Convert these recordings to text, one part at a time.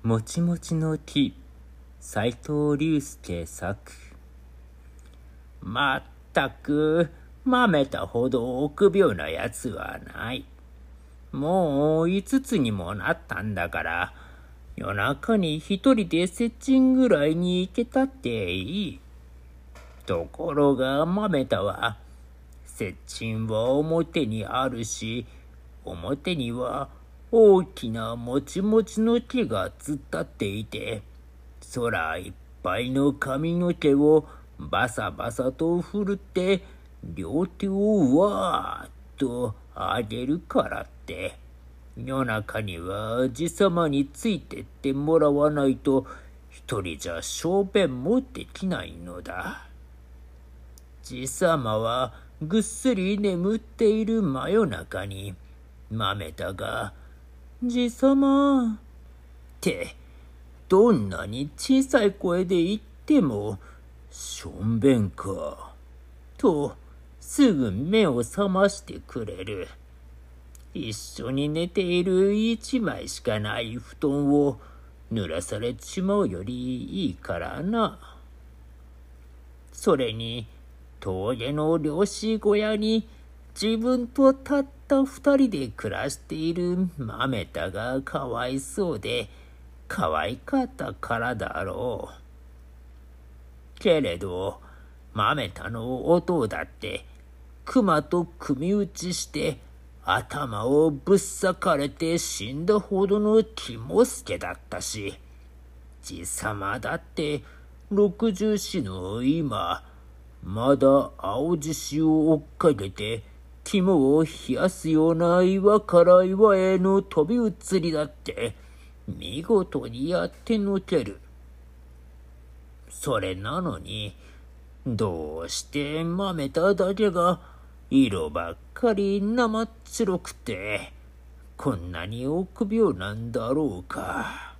もちもちの木、斎藤隆介作。まったく、まめたほど臆病なやつはない。もう5つにもなったんだから、夜中に一人で接近ぐらいに行けたっていい。ところがまめたは、接近は表にあるし、表には大きなもちもちの木が突っ立っていて、空いっぱいの髪の毛をバサバサと振るって、両手をわーっと上げるからって、夜中にはじさまについてってもらわないと、一人じゃ小便もできないのだ。じさまはぐっすり眠っている真夜中に、まめたが、じさまって、どんなに小さい声で言っても、しょんべんか、と、すぐ目を覚ましてくれる。一緒に寝ている一枚しかない布団を濡らされちまうよりいいからな。それに、峠の漁師小屋に自分とたった二人で暮らしているまめたがかわいそうで、可愛かったからだろう。けれど、まめたの弟だって、熊と組打ちして、頭をぶっ裂かれて死んだほどの肝助だったし、じさまだって64の今、まだ青獅子を追っかけて、肝を冷やすような岩から岩への飛び移りだって、見事にやってのける。それなのに、どうしてまめただけが、色ばっかり生っ白くて、こんなに臆病なんだろうか。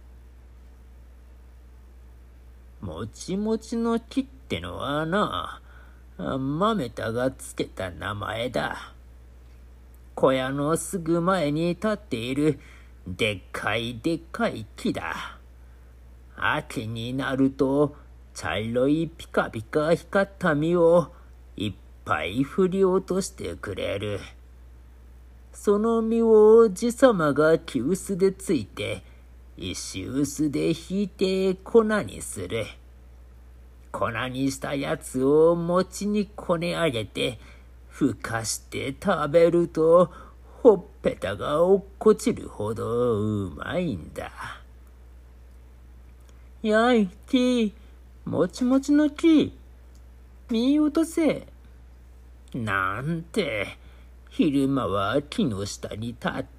もちもちの木ってのはな、まめたがつけた名前だ。小屋のすぐ前に立っているでっかいでっかい木だ。秋になると茶色いピカピカ光った実をいっぱい振り落としてくれる。その実をじさまが木臼でついて、石臼でひいて粉にする。粉にしたやつを餅にこね上げて、ふかして食べると、ほっぺたが落っこちるほどうまいんだ。やい、木、もちもちの木、実落とせ。なんて、昼間は木の下に立って、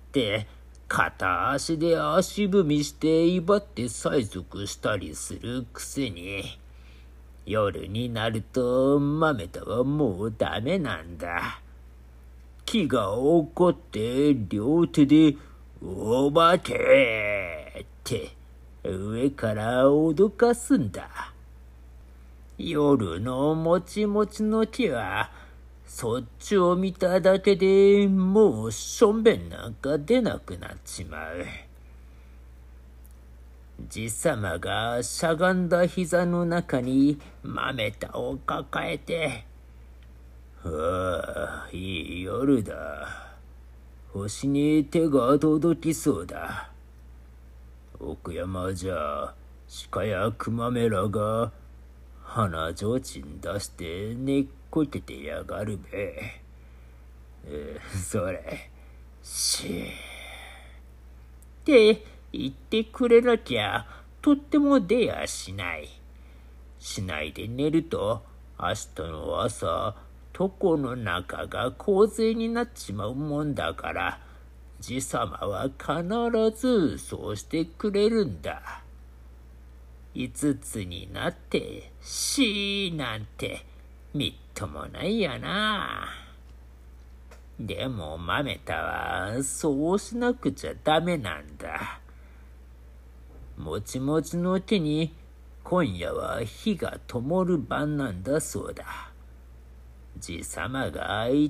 片足で足踏みして威張って催促したりするくせに、夜になるとまめたはもうダメなんだ。木が怒って両手でお化けって上から脅かすんだ。夜のもちもちの木はそっちを見ただけでもうしょんべんなんか出なくなっちまう。じさまがしゃがんだ膝の中にまめたを抱えて、ああ、いい夜だ。星に手が届きそうだ。奥山じゃ鹿や熊めらが鼻ちょうちん出して寝っこけてやがるべ。それ、って言ってくれなきゃとっても出やしない。しないで寝ると明日の朝、床の中が洪水になっちまうもんだから、じさまは必ずそうしてくれるんだ。5つになってなんてみっともないやな。でもまめたはそうしなくちゃダメなんだ。もちもちの木に今夜は火が灯る晩なんだそうだ。じさまが言った。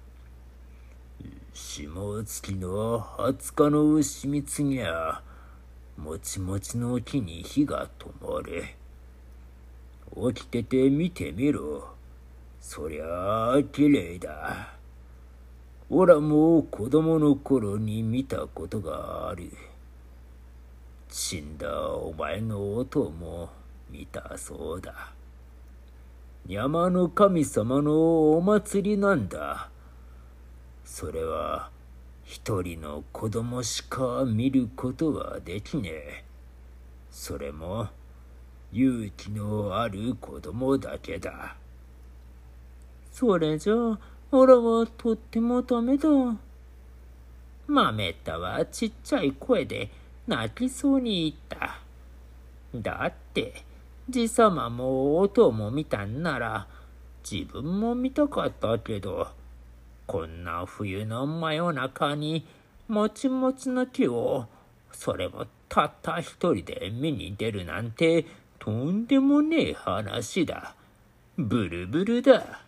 下月の20日の牛蜜にゃ、 もちもちの木に火が灯る。起きてて見てみろ。そりゃあきれいだ。おらも子供の頃に見たことがある。死んだお前の音も見たそうだ。山の神様のお祭りなんだ。それは一人の子供しか見ることはできねえ。それも勇気のある子供だけだ。それじゃあ、おらはとってもダメだ。豆ったはちっちゃい声で泣きそうに言った。だって、じさまも音も見たんなら、自分も見たかったけど、こんな冬の真夜中にもちもちの木を、それもたった一人で見に出るなんてとんでもねえ話だ。ブルブルだ。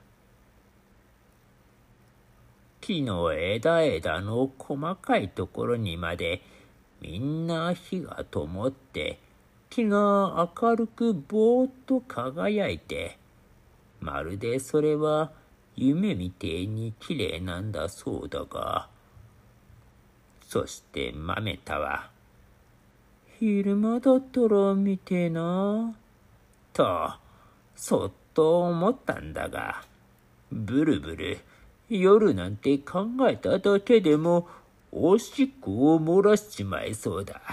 木の枝の細かいところにまでみんな火が灯って、木が明るくぼーっと輝いて、まるでそれは夢みてえにきれいなんだそうだが、そして豆田は、昼間だったら見てえなと、そっと思ったんだが、ブルブル、夜なんて考えただけでもおしっこを漏らしちまいそうだ。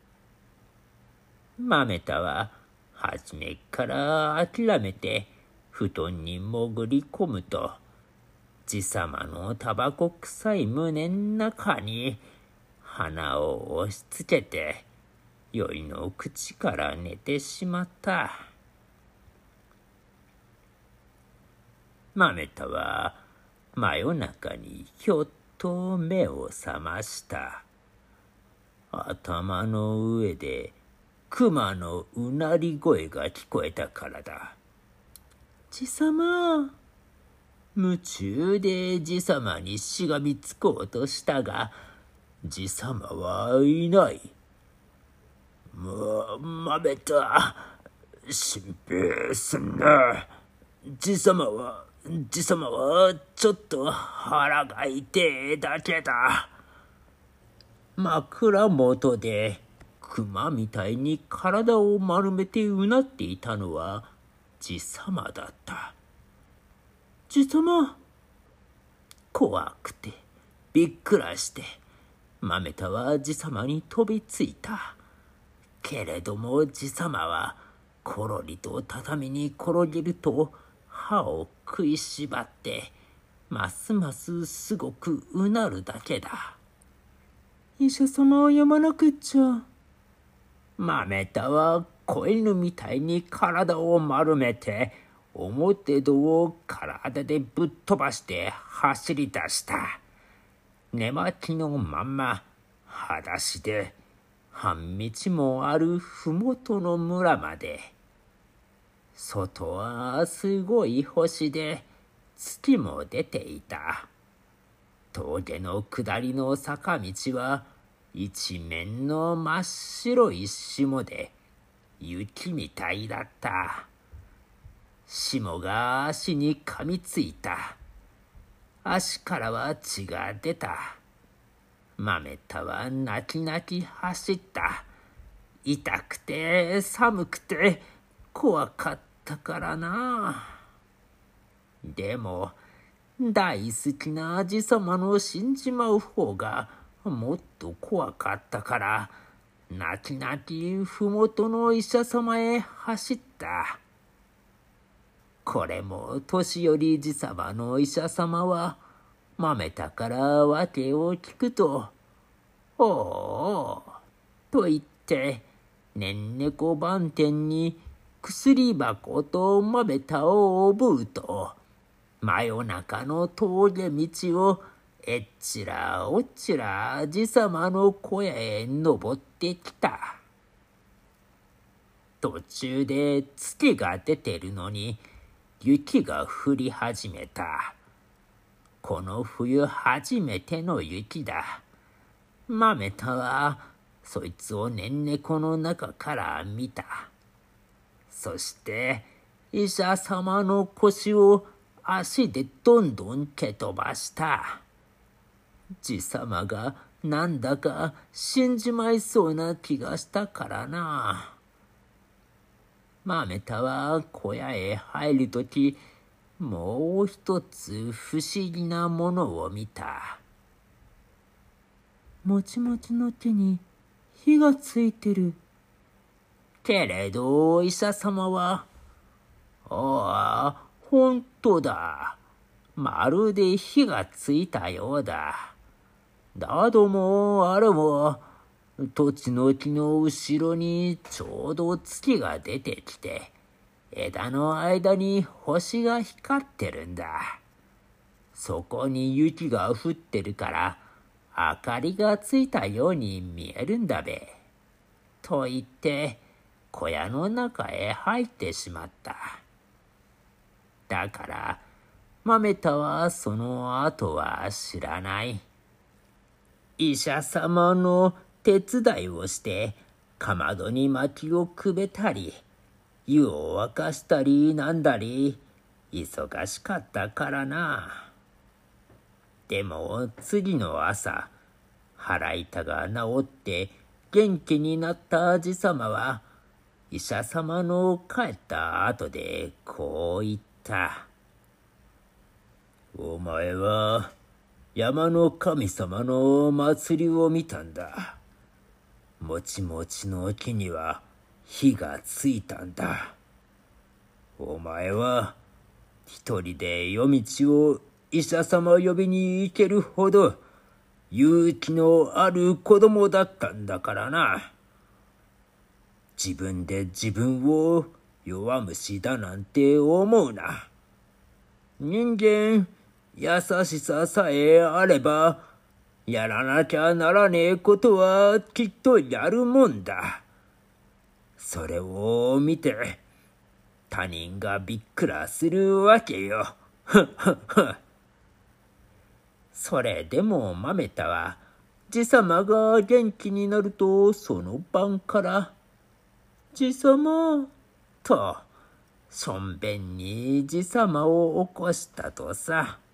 豆田は初めっから諦めて布団に潜り込むと、じさまのタバコ臭い胸ん中に鼻を押しつけて、酔いの口から寝てしまった。豆田は真夜中にひょっと目を覚ました。頭の上で熊のうなり声が聞こえたからだ。じさま。夢中でじさまにしがみつこうとしたが、じさまはいない。豆田、心配すんな。じさまはちょっと腹が痛えだけだ。枕元で熊みたいに体を丸めてうなっていたのはじさまだった。じさま。怖くてびっくらして豆田はじさまに飛びついた。けれどもじさまはころりと畳に転げると歯を食いしばってますますすごくうなるだけだ。医者様を呼ばなくっちゃ。豆田は子犬みたいに体を丸めて表戸を体でぶっ飛ばして走り出した。寝巻きのまんま裸足で半道もあるふもとの村まで。外はすごい星で月も出ていた。峠の下りの坂道は一面の真っ白い霜で雪みたいだった。霜が足に噛みついた。足からは血が出た。豆田は泣き泣き走った。痛くて寒くて怖かったからな。でも大好きなじさまの死んじまう方がもっと怖かったから、泣き泣きふもとの医者様へ走った。これも年寄りじさまの医者様は豆田から訳を聞くと、おおと言ってねんねこ番店に薬箱と豆田をおぶうと、真夜中の峠道をえっちらおっちらじさまの小屋へ登ってきた。途中で月が出てるのに雪が降り始めた。この冬初めての雪だ。豆田はそいつをねんねこの中から見た。そして医者様の腰を足でどんどん蹴飛ばした。じさまがなんだか死んじまいそうな気がしたからな。豆田は小屋へ入るとき、もう一つ不思議なものを見た。 もちもちの木に火がついてる。 けれど医者様は、ああ、本当だ。まるで火がついたようだ。だどもあれも、土地の木の後ろにちょうど月が出てきて、枝の間に星が光ってるんだ。そこに雪が降ってるから、明かりがついたように見えるんだべ。と言って、小屋の中へ入ってしまった。だから、豆田はその後は知らない。医者様の手伝いをして、かまどに薪をくべたり、湯を沸かしたりなんだり、忙しかったからな。でも次の朝、腹痛が治って元気になったじさまは、医者様の帰った後でこう言った。お前は山の神様の祭りを見たんだ。もちもちの木には火がついたんだ。お前は一人で夜道を医者様呼びに行けるほど勇気のある子供だったんだからな。自分で自分を弱虫だなんて思うな。人間、優しささえあれば、やらなきゃならねえことはきっとやるもんだ。それを見て、他人がびっくらするわけよ。それでも豆田は、じさまが元気になるとその晩から、じさま、と、しょんべんにじさまを起こしたとさ。